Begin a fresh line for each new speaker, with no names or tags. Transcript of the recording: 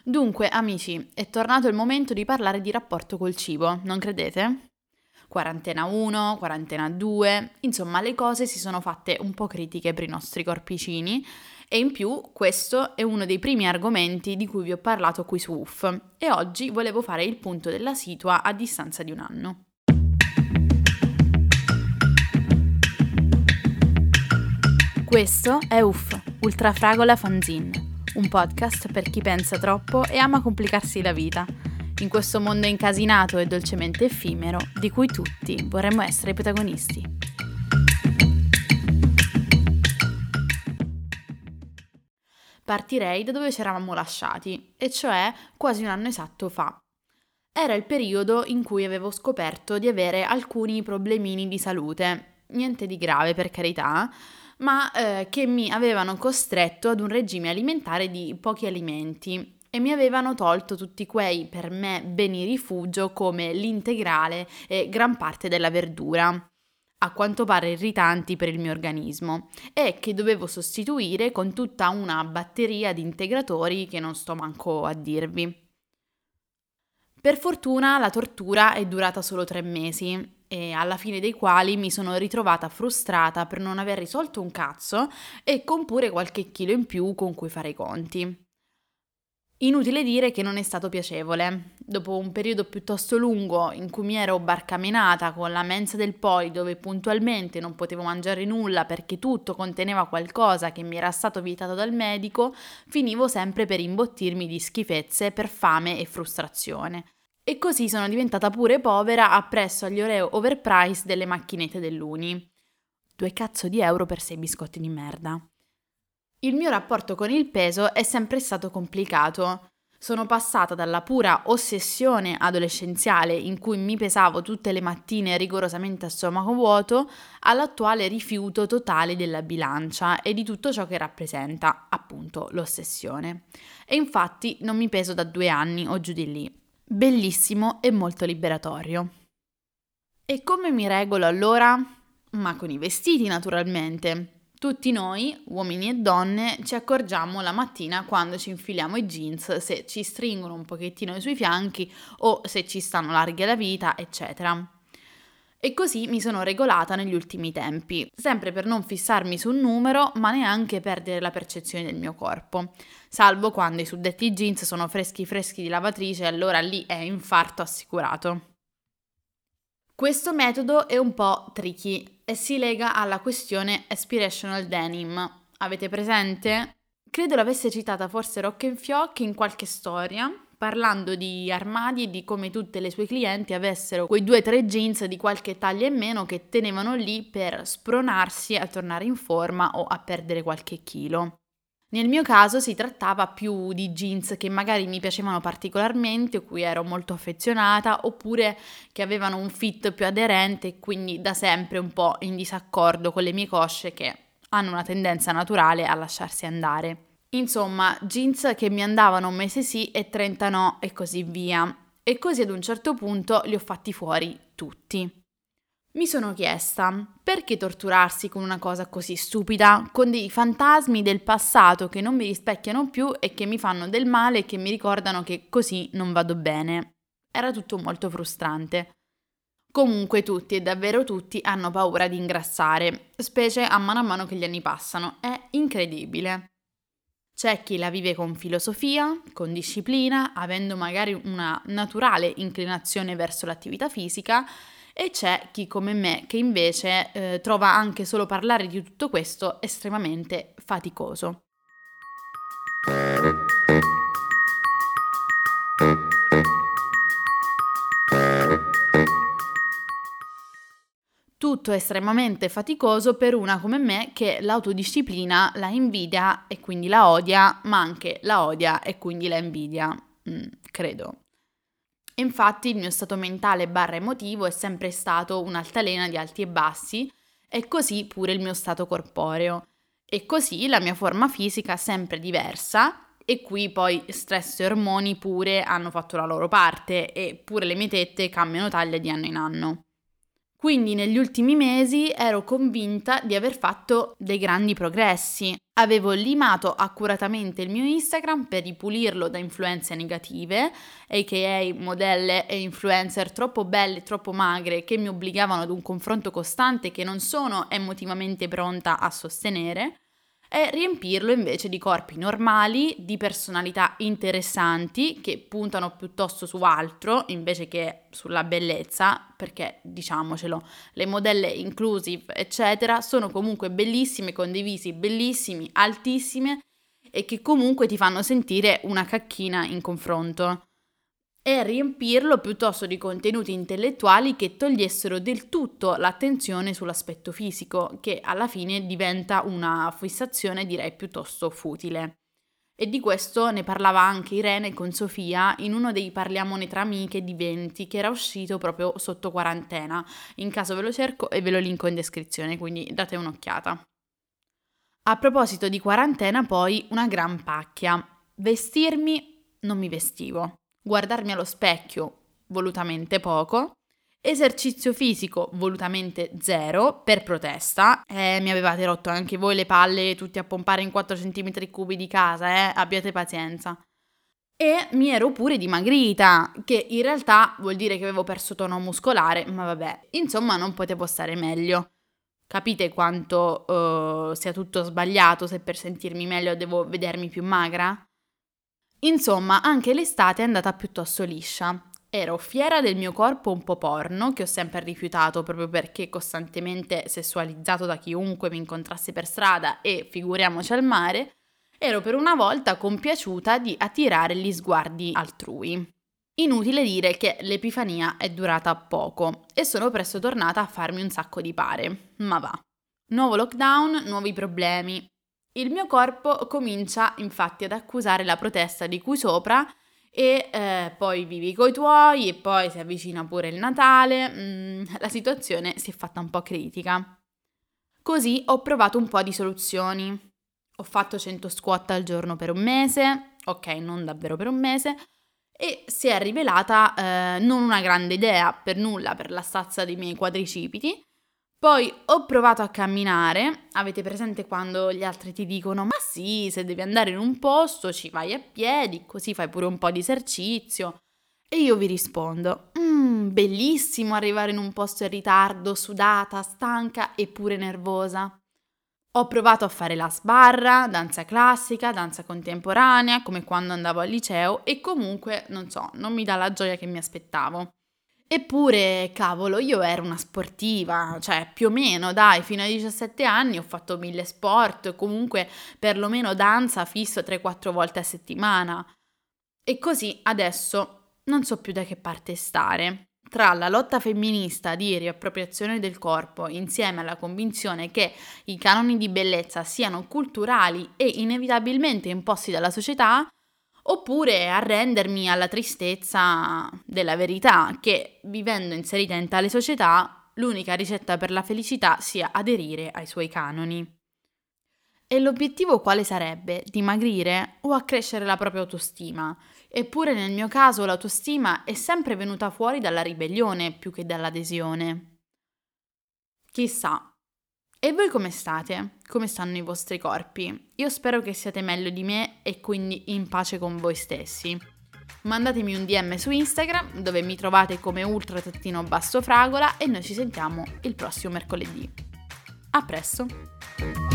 Dunque, amici, è tornato il momento di parlare di rapporto col cibo, non credete? Quarantena 1, quarantena 2, insomma le cose si sono fatte un po' critiche per i nostri corpicini e in più questo è uno dei primi argomenti di cui vi ho parlato qui su UF e oggi volevo fare il punto della situa a distanza di un anno. Questo è UF, Ultrafragola Fanzine, un podcast per chi pensa troppo e ama complicarsi la vita, in questo mondo incasinato e dolcemente effimero di cui tutti vorremmo essere i protagonisti. Partirei da dove ci eravamo lasciati, e cioè quasi un anno esatto fa. Era il periodo in cui avevo scoperto di avere alcuni problemini di salute, niente di grave per carità, ma che mi avevano costretto ad un regime alimentare di pochi alimenti e mi avevano tolto tutti quei per me beni rifugio come l'integrale e gran parte della verdura, a quanto pare irritanti per il mio organismo, e che dovevo sostituire con tutta una batteria di integratori che non sto manco a dirvi. Per fortuna la tortura è durata solo 3 mesi e alla fine dei quali mi sono ritrovata frustrata per non aver risolto un cazzo e con pure qualche chilo in più con cui fare i conti. Inutile dire che non è stato piacevole. Dopo un periodo piuttosto lungo in cui mi ero barcamenata con la mensa del poi dove puntualmente non potevo mangiare nulla perché tutto conteneva qualcosa che mi era stato vietato dal medico, finivo sempre per imbottirmi di schifezze per fame e frustrazione. E così sono diventata pure povera appresso agli Oreo overpriced delle macchinette dell'Uni. 2 cazzo di euro per 6 biscotti di merda. Il mio rapporto con il peso è sempre stato complicato. Sono passata dalla pura ossessione adolescenziale in cui mi pesavo tutte le mattine rigorosamente a stomaco vuoto all'attuale rifiuto totale della bilancia e di tutto ciò che rappresenta, appunto, l'ossessione. E infatti non mi peso da 2 anni o giù di lì. Bellissimo e molto liberatorio. E come mi regolo allora? Ma con i vestiti, naturalmente. Tutti noi, uomini e donne, ci accorgiamo la mattina quando ci infiliamo i jeans, se ci stringono un pochettino sui fianchi o se ci stanno larghi alla vita, eccetera. E così mi sono regolata negli ultimi tempi, sempre per non fissarmi su un numero, ma neanche perdere la percezione del mio corpo. Salvo quando i suddetti jeans sono freschi di lavatrice, allora lì è infarto assicurato. Questo metodo è un po' tricky e si lega alla questione aspirational denim. Avete presente? Credo l'avesse citata forse Rock in qualche storia, parlando di armadi e di come tutte le sue clienti avessero quei 2 o 3 jeans di qualche taglia in meno che tenevano lì per spronarsi a tornare in forma o a perdere qualche chilo. Nel mio caso si trattava più di jeans che magari mi piacevano particolarmente, a cui ero molto affezionata, oppure che avevano un fit più aderente e quindi da sempre un po' in disaccordo con le mie cosce che hanno una tendenza naturale a lasciarsi andare. Insomma, jeans che mi andavano un mese sì e 30 no e così via. E così ad un certo punto li ho fatti fuori tutti. Mi sono chiesta, perché torturarsi con una cosa così stupida, con dei fantasmi del passato che non mi rispecchiano più e che mi fanno del male e che mi ricordano che così non vado bene. Era tutto molto frustrante. Comunque tutti e davvero tutti hanno paura di ingrassare, specie a mano che gli anni passano. È incredibile. C'è chi la vive con filosofia, con disciplina, avendo magari una naturale inclinazione verso l'attività fisica, e c'è chi come me che invece trova anche solo parlare di tutto questo estremamente faticoso. Tutto estremamente faticoso per una come me che l'autodisciplina la invidia e quindi la odia, ma anche la odia e quindi la invidia, credo. Infatti il mio stato mentale / emotivo è sempre stato un'altalena di alti e bassi e così pure il mio stato corporeo. E così la mia forma fisica sempre diversa e qui poi stress e ormoni pure hanno fatto la loro parte e pure le mie tette cambiano taglia di anno in anno. Quindi negli ultimi mesi ero convinta di aver fatto dei grandi progressi. Avevo limato accuratamente il mio Instagram per ripulirlo da influenze negative, aka modelle e influencer troppo belle, troppo magre, che mi obbligavano ad un confronto costante che non sono emotivamente pronta a sostenere, e riempirlo invece di corpi normali, di personalità interessanti che puntano piuttosto su altro invece che sulla bellezza, perché diciamocelo, le modelle inclusive, eccetera, sono comunque bellissime, condivisi, bellissimi, altissime e che comunque ti fanno sentire una cacchina in confronto. E riempirlo piuttosto di contenuti intellettuali che togliessero del tutto l'attenzione sull'aspetto fisico, che alla fine diventa una fissazione direi piuttosto futile. E di questo ne parlava anche Irene con Sofia in uno dei Parliamone tra amiche di 20 che era uscito proprio sotto quarantena. In caso ve lo cerco e ve lo linko in descrizione, quindi date un'occhiata. A proposito di quarantena, poi una gran pacchia. Vestirmi non mi vestivo. Guardarmi allo specchio volutamente poco. Esercizio fisico volutamente zero per protesta. Mi avevate rotto anche voi le palle tutti a pompare in 4 cm cubi di casa, abbiate pazienza. E mi ero pure dimagrita, che in realtà vuol dire che avevo perso tono muscolare, ma vabbè, insomma non potevo stare meglio. Capite quanto sia tutto sbagliato se per sentirmi meglio devo vedermi più magra? Insomma, anche l'estate è andata piuttosto liscia. Ero fiera del mio corpo un po' porno, che ho sempre rifiutato proprio perché costantemente sessualizzato da chiunque mi incontrasse per strada e figuriamoci al mare, ero per una volta compiaciuta di attirare gli sguardi altrui. Inutile dire che l'epifania è durata poco e sono presto tornata a farmi un sacco di pare, ma va. Nuovo lockdown, nuovi problemi. Il mio corpo comincia infatti ad accusare la protesta di cui sopra e poi vivi coi tuoi e poi si avvicina pure il Natale, la situazione si è fatta un po' critica. Così ho provato un po' di soluzioni. Ho fatto 100 squat al giorno per un mese, ok, non davvero per un mese, e si è rivelata non una grande idea per nulla per la stazza dei miei quadricipiti. Poi ho provato a camminare, avete presente quando gli altri ti dicono ma sì, se devi andare in un posto ci vai a piedi, così fai pure un po' di esercizio. E io vi rispondo, bellissimo arrivare in un posto in ritardo, sudata, stanca e pure nervosa. Ho provato a fare la sbarra, danza classica, danza contemporanea, come quando andavo al liceo e comunque, non so, non mi dà la gioia che mi aspettavo. Eppure, cavolo, io ero una sportiva, cioè più o meno, dai, fino ai 17 anni ho fatto 1000 sport, comunque perlomeno danza fisso 3-4 volte a settimana. E così adesso non so più da che parte stare. Tra la lotta femminista di riappropriazione del corpo insieme alla convinzione che i canoni di bellezza siano culturali e inevitabilmente imposti dalla società, oppure arrendermi alla tristezza della verità che, vivendo inserita in tale società, l'unica ricetta per la felicità sia aderire ai suoi canoni. E l'obiettivo quale sarebbe? Dimagrire o accrescere la propria autostima? Eppure nel mio caso l'autostima è sempre venuta fuori dalla ribellione più che dall'adesione. Chissà. E voi come state? Come stanno i vostri corpi? Io spero che siate meglio di me e quindi in pace con voi stessi. Mandatemi un DM su Instagram dove mi trovate come ultra_fragola e noi ci sentiamo il prossimo mercoledì. A presto!